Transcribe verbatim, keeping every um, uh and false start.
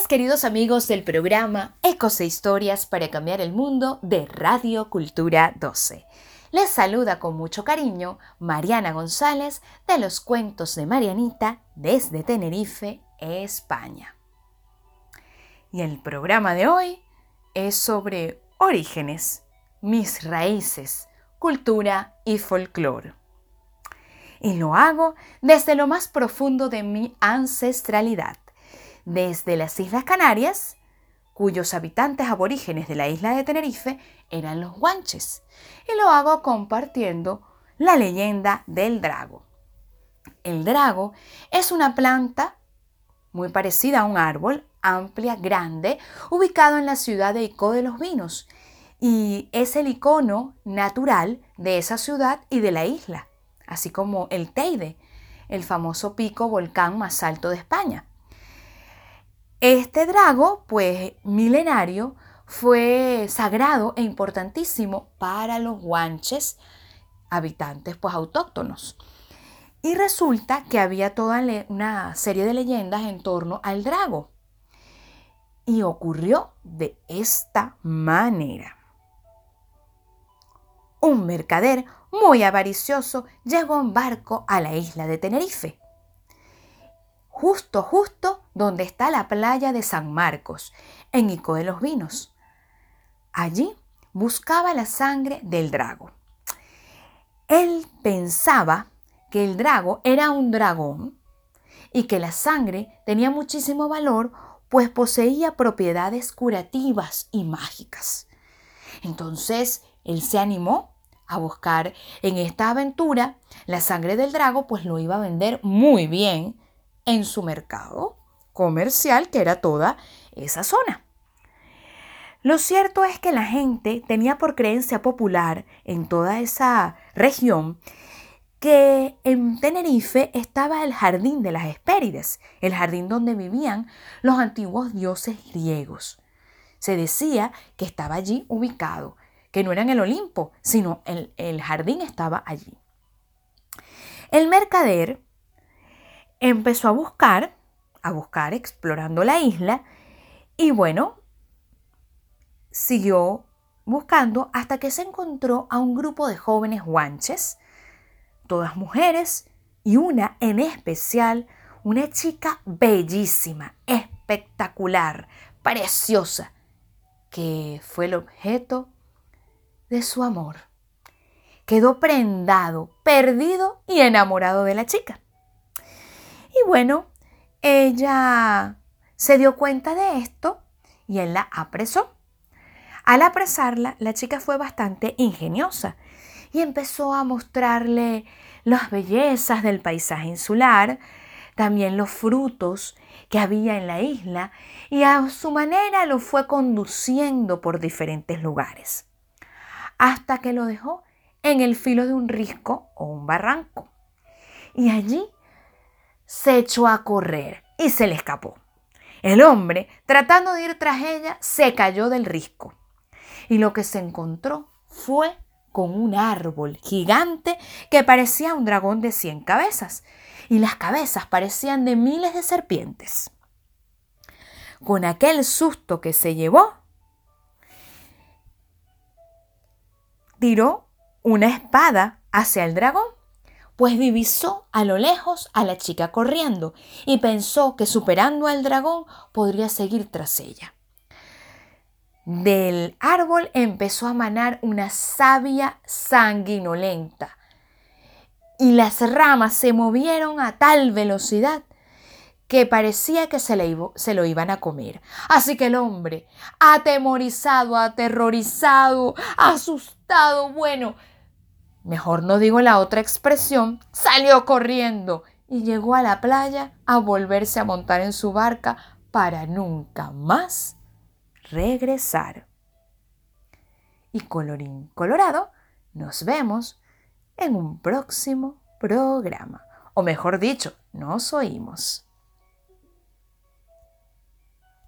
queridos amigos del programa Ecos e Historias para Cambiar el Mundo de Radio Cultura doce. Les saluda con mucho cariño Mariana González de los Cuentos de Marianita desde Tenerife, España. Y el programa de hoy es sobre orígenes, mis raíces, cultura y folclore. Y lo hago desde lo más profundo de mi ancestralidad, desde las Islas Canarias, cuyos habitantes aborígenes de la isla de Tenerife eran los guanches, y lo hago compartiendo la leyenda del drago. El drago es una planta muy parecida a un árbol, amplia, grande, ubicado en la ciudad de Icó de los Vinos, y es el icono natural de esa ciudad y de la isla, así como el Teide, el famoso pico volcán más alto de España. Este drago, pues milenario, fue sagrado e importantísimo para los guanches, habitantes pues autóctonos. Y resulta que había toda una serie de leyendas en torno al drago. Y ocurrió de esta manera. Un mercader muy avaricioso llegó en barco a la isla de Tenerife. Justo, justo donde está la playa de San Marcos, en Icó de los Vinos. Allí buscaba la sangre del drago. Él pensaba que el drago era un dragón y que la sangre tenía muchísimo valor, pues poseía propiedades curativas y mágicas. Entonces, él se animó a buscar en esta aventura la sangre del drago, pues lo iba a vender muy bien en su mercado comercial, que era toda esa zona. Lo cierto es que la gente tenía por creencia popular en toda esa región que en Tenerife estaba el jardín de las Hespérides, el jardín donde vivían los antiguos dioses griegos. Se decía que estaba allí ubicado, que no era en el Olimpo, sino el, el jardín estaba allí. El mercader empezó a buscar, a buscar explorando la isla y bueno, siguió buscando hasta que se encontró a un grupo de jóvenes guanches, todas mujeres y una en especial, una chica bellísima, espectacular, preciosa, que fue el objeto de su amor. Quedó prendado, perdido y enamorado de la chica. Y bueno, ella se dio cuenta de esto y él la apresó. Al apresarla, la chica fue bastante ingeniosa y empezó a mostrarle las bellezas del paisaje insular, también los frutos que había en la isla, y a su manera lo fue conduciendo por diferentes lugares, hasta que lo dejó en el filo de un risco o un barranco. Y allí se echó a correr y se le escapó. El hombre, tratando de ir tras ella, se cayó del risco. Y lo que se encontró fue con un árbol gigante que parecía un dragón de cien cabezas. Y las cabezas parecían de miles de serpientes. Con aquel susto que se llevó, tiró una espada hacia el dragón, pues divisó a lo lejos a la chica corriendo y pensó que superando al dragón podría seguir tras ella. Del árbol empezó a manar una savia sanguinolenta y las ramas se movieron a tal velocidad que parecía que se, le iba, se lo iban a comer. Así que el hombre, atemorizado, aterrorizado, asustado, bueno, mejor no digo la otra expresión, salió corriendo y llegó a la playa a volverse a montar en su barca para nunca más regresar. Y colorín colorado, nos vemos en un próximo programa. O mejor dicho, nos oímos.